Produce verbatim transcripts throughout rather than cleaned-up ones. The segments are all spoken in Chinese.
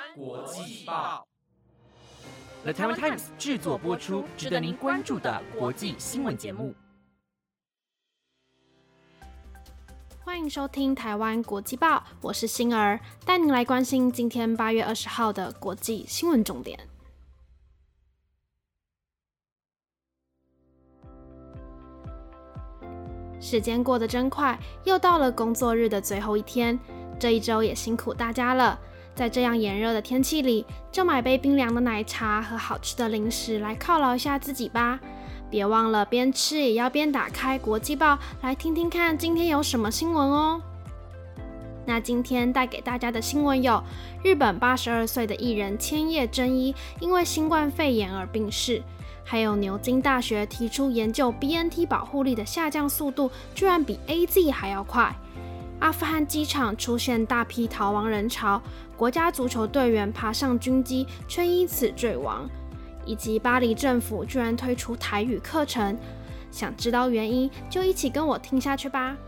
国际报 The Taiwan Times 制作播出，值得您关注的国际新闻节目。 欢迎收听台湾国际报，我是欣儿，带您来关心今天八月二十号的国际新闻重点。时间过得真快，又到了工作日的最后一天，这一周也辛苦大家了。在这样炎热的天气里，就买杯冰凉的奶茶和好吃的零食来犒劳一下自己吧。别忘了边吃也要边打开国际报，来听听看今天有什么新闻哦。那今天带给大家的新闻有：日本八十二岁的艺人千叶真一因为新冠肺炎而病逝，还有牛津大学提出研究 B N T 保护力的下降速度居然比 A Z 还要快。阿富汗机场出现大批逃亡人潮，国家足球队员爬上军机却因此坠亡，以及巴黎政府居然推出台语课程。想知道原因，就一起跟我听下去吧。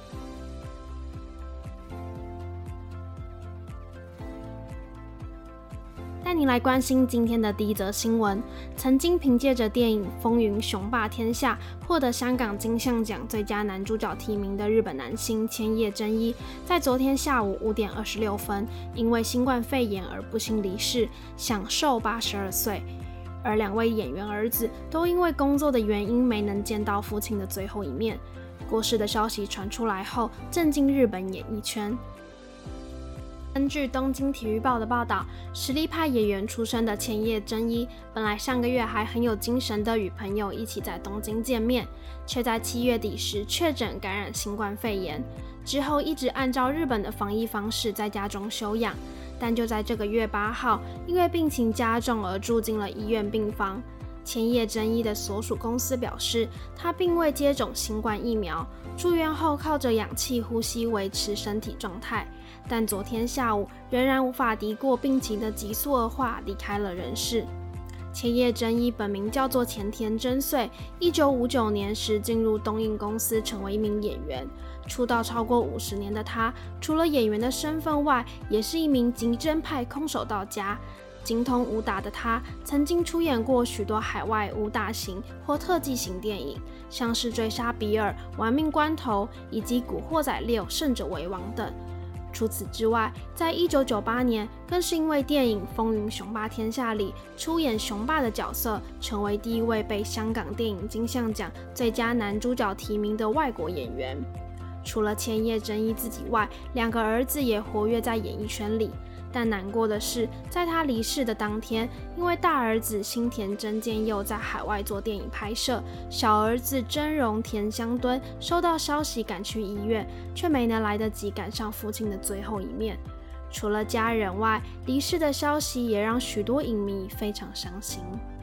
带您来关心今天的第一则新闻。曾经凭借着电影《风云雄霸天下》获得香港金像奖最佳男主角提名的日本男星千叶真一，在昨天下午五点二十六分，因为新冠肺炎而不幸离世，享寿八十二岁。而两位演员儿子都因为工作的原因没能见到父亲的最后一面。过世的消息传出来后，震惊日本演艺圈。根据东京体育报的报道，实力派演员出身的千叶真一，本来上个月还很有精神的与朋友一起在东京见面，却在七月底时确诊感染新冠肺炎，之后一直按照日本的防疫方式在家中休养，但就在这个月八号，因为病情加重而住进了医院病房。千叶真一的所属公司表示，他并未接种新冠疫苗，住院后靠着氧气呼吸维持身体状态，但昨天下午仍然无法敌过病情的急速恶化，离开了人世。千叶真一本名叫做前田真穗，一九五九年时进入东映公司成为一名演员。出道超过五十年的他，除了演员的身份外，也是一名极真派空手道家。精通武打的他，曾经出演过许多海外武打型或特技型电影，像是《追杀比尔》、《玩命关头》以及《古惑仔六：胜者为王》等。除此之外，在一九九八年，更是因为电影《风云雄霸天下》里出演雄霸的角色，成为第一位被香港电影金像奖最佳男主角提名的外国演员。除了千叶真一自己外，两个儿子也活跃在演艺圈里。但难过的是，在他离世的当天，因为大儿子新田真剑佑在海外做电影拍摄，小儿子真荣田香敦收到消息赶去医院，却没能来得及赶上父亲的最后一面。除了家人外，离世的消息也让许多影迷非常伤心。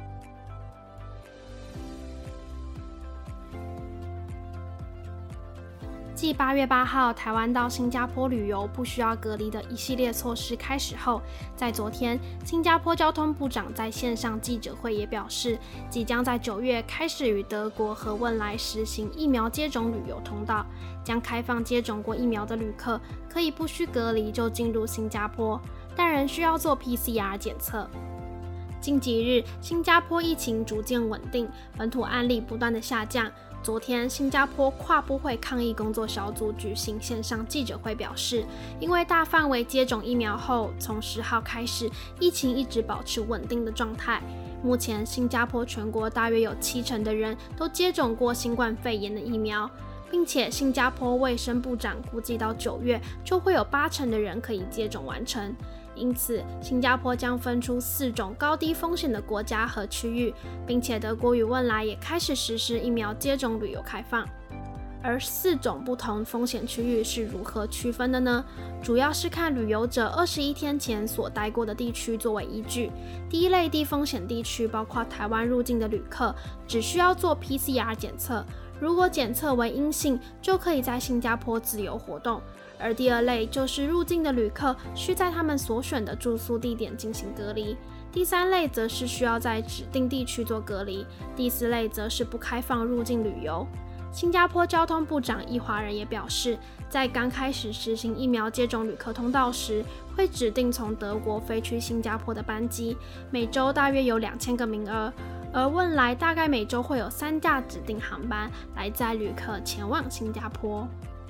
继八月八号台湾到新加坡旅游不需要隔离的一系列措施开始后，在昨天，新加坡交通部长在线上记者会也表示，即将在九月开始与德国和汶莱实行疫苗接种旅游通道，将开放接种过疫苗的旅客可以不需隔离就进入新加坡，但仍需要做 P C R 检测。近几日，新加坡疫情逐渐稳定，本土案例不断的下降。昨天，新加坡跨部会抗疫工作小组举行线上记者会，表示，因为大范围接种疫苗后，从十号开始，疫情一直保持稳定的状态。目前，新加坡全国大约有七成的人都接种过新冠肺炎的疫苗，并且新加坡卫生部长估计到九月就会有八成的人可以接种完成。因此，新加坡将分出四种高低风险的国家和区域，并且德国与汶莱也开始实施疫苗接种旅游开放。而四种不同风险区域是如何区分的呢？主要是看旅游者二十一天前所待过的地区作为依据。第一类低风险地区包括台湾入境的旅客，只需要做 P C R 检测，如果检测为阴性，就可以在新加坡自由活动。而第二类就是入境的旅客需在他们所选的住宿地点进行隔离，第三类则是需要在指定地区做隔离，第四类则是不开放入境旅游。 新加坡交通部长易华仁也表示，在刚开始实行疫苗接种旅客通道时，会指定从德国飞去新加坡的班机，每周大约有两千个名额，而未来大概每周会有三架指定航班来载旅客前往新加坡。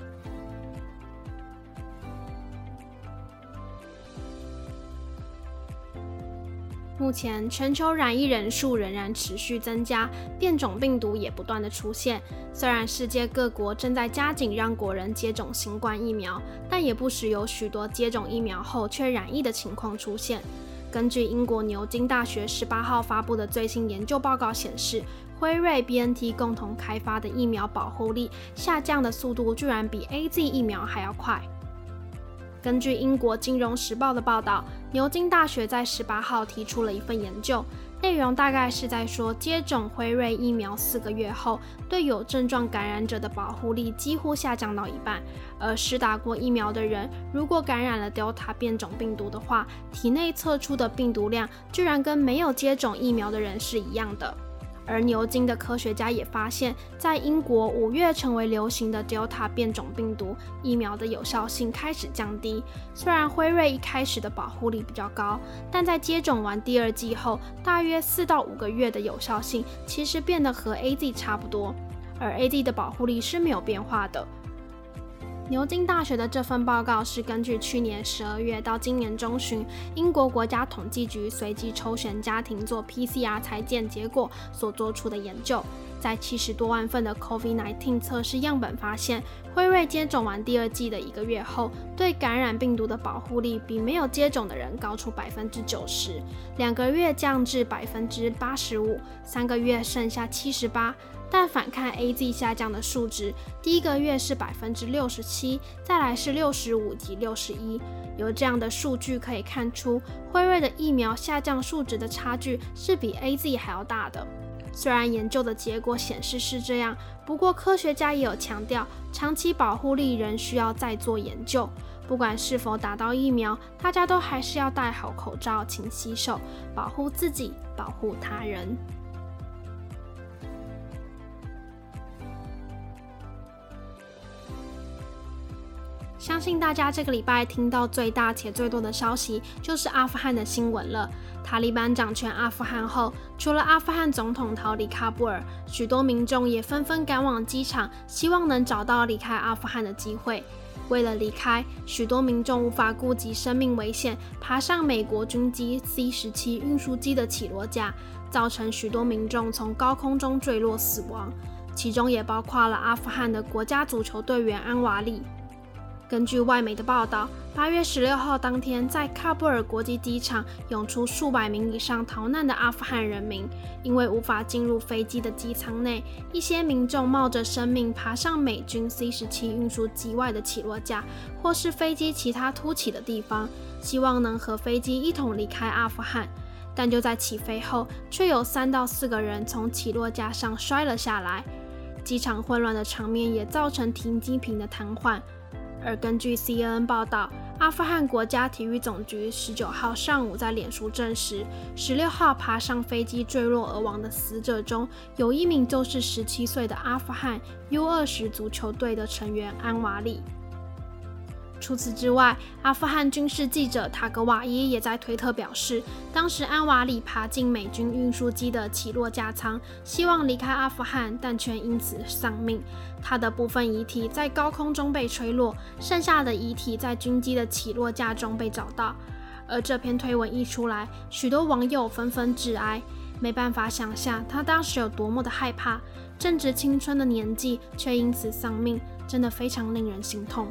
目前全球染疫人数仍然持续增加，变种病毒也不断的出现。虽然世界各国正在加紧让国人接种新冠疫苗，但也不时有许多接种疫苗后却染疫的情况出现。根据英国牛津大学十八号发布的最新研究报告显示，辉瑞、B N T 共同开发的疫苗保护力下降的速度居然比 A Z 疫苗还要快。根据英国金融时报的报道，牛津大学在十八号提出了一份研究，内容大概是在说，接种辉瑞疫苗四个月后，对有症状感染者的保护力几乎下降到一半，而施打过疫苗的人，如果感染了 Delta 变种病毒的话，体内测出的病毒量居然跟没有接种疫苗的人是一样的。而牛津的科学家也发现，在英国五月成为流行的 Delta 变种病毒疫苗的有效性开始降低。虽然辉瑞一开始的保护力比较高，但在接种完第二剂后，大约四到五个月的有效性其实变得和 A Z 差不多，而 A Z 的保护力是没有变化的。牛津大学的这份报告是根据去年十二月到今年中旬，英国国家统计局随机抽选家庭做 P C R 采检结果所做出的研究。在七十多万份的 COVID 十九 测试样本发现，辉瑞接种完第二剂的一个月后，对感染病毒的保护力比没有接种的人高出 百分之九十， 两个月降至 百分之八十五， 三个月剩下七十八。但反看 A Z 下降的数值，第一个月是 百分之六十七， 再来是六十五及六十一。由这样的数据可以看出，辉瑞的疫苗下降数值的差距是比 A Z 还要大的。虽然研究的结果显示是这样，不过科学家也有强调，长期保护力仍需要再做研究。不管是否打到疫苗，大家都还是要戴好口罩、勤洗手，保护自己，保护他人。相信大家这个礼拜听到最大且最多的消息就是阿富汗的新闻了。塔利班掌权阿富汗后，除了阿富汗总统逃离喀布尔，许多民众也纷纷赶往机场，希望能找到离开阿富汗的机会。为了离开，许多民众无法顾及生命危险，爬上美国军机 C 十七 运输机的起落架，造成许多民众从高空中坠落死亡，其中也包括了阿富汗的国家足球队员安瓦里。根据外媒的报道，八月十六号当天，在喀布尔国际机场涌出数百名以上逃难的阿富汗人民，因为无法进入飞机的机舱内，一些民众冒着生命爬上美军 C 十七 运输机外的起落架，或是飞机其他凸起的地方，希望能和飞机一同离开阿富汗。但就在起飞后，却有三到四个人从起落架上摔了下来。机场混乱的场面也造成停机坪的瘫痪。而根据 C N N 报道，阿富汗国家体育总局十九号上午在脸书证实，十六号爬上飞机坠落而亡的死者中，有一名就是十七岁的阿富汗 U 二十 足球队的成员安瓦里。除此之外，阿富汗军事记者塔格瓦伊也在推特表示，当时安瓦里爬进美军运输机的起落架舱，希望离开阿富汗，但却因此丧命。他的部分遗体在高空中被吹落，剩下的遗体在军机的起落架中被找到。而这篇推文一出来，许多网友纷纷致哀，没办法想象他当时有多么的害怕，正值青春的年纪却因此丧命，真的非常令人心痛。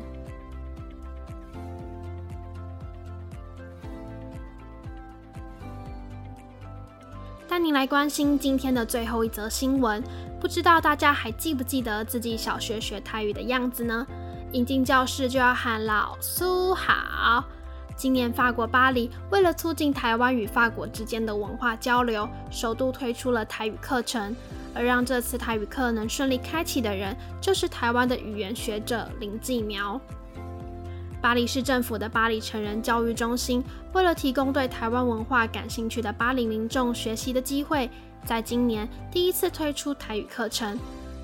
带您来关心今天的最后一则新闻，不知道大家还记不记得自己小学学台语的样子呢？一进教室就要喊老苏好。今年法国巴黎为了促进台湾与法国之间的文化交流，首度推出了台语课程，而让这次台语课能顺利开启的人，就是台湾的语言学者林继苗。巴黎市政府的巴黎成人教育中心为了提供对台湾文化感兴趣的巴黎民众学习的机会，在今年第一次推出台语课程。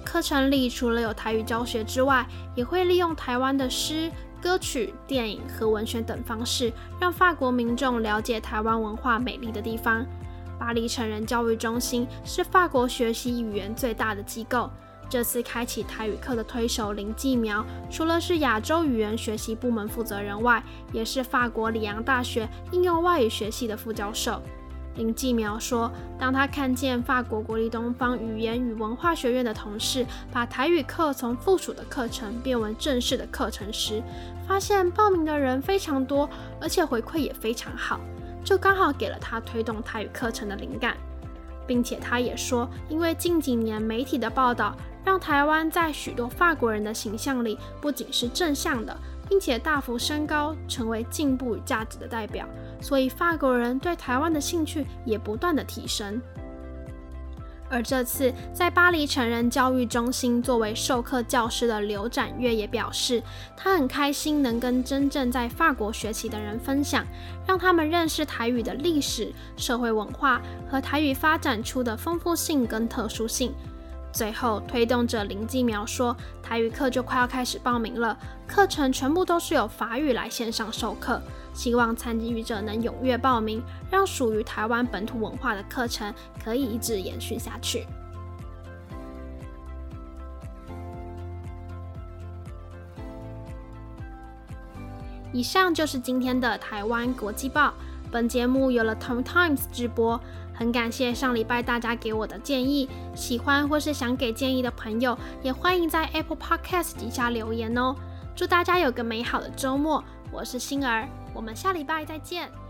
课程里除了有台语教学之外，也会利用台湾的诗、歌曲、电影和文学等方式，让法国民众了解台湾文化美丽的地方。巴黎成人教育中心是法国学习语言最大的机构。这次开启台语课的推手林继苗，除了是亚洲语言学习部门负责人外，也是法国里昂大学应用外语学系的副教授。林继苗说，当他看见法国国立东方语言与文化学院的同事把台语课从附属的课程变为正式的课程时，发现报名的人非常多，而且回馈也非常好，就刚好给了他推动台语课程的灵感。并且他也说，因为近几年媒体的报道，让台湾在许多法国人的形象里不仅是正向的，并且大幅升高，成为进步与价值的代表，所以法国人对台湾的兴趣也不断的提升。而这次在巴黎成人教育中心作为授课教师的刘展月也表示，他很开心能跟真正在法国学习的人分享，让他们认识台语的历史、社会文化和台语发展出的丰富性跟特殊性。最后，推动者林继苗说，台语课就快要开始报名了，课程全部都是由法语来线上授课，希望参与者能踊跃报名，让属于台湾本土文化的课程可以一直延续下去。以上就是今天的台湾国际报，本节目由了 Tong Times 直播。很感谢上礼拜大家给我的建议，喜欢或是想给建议的朋友，也欢迎在 Apple Podcast 底下留言哦。祝大家有个美好的周末，我是欣儿，我们下礼拜再见。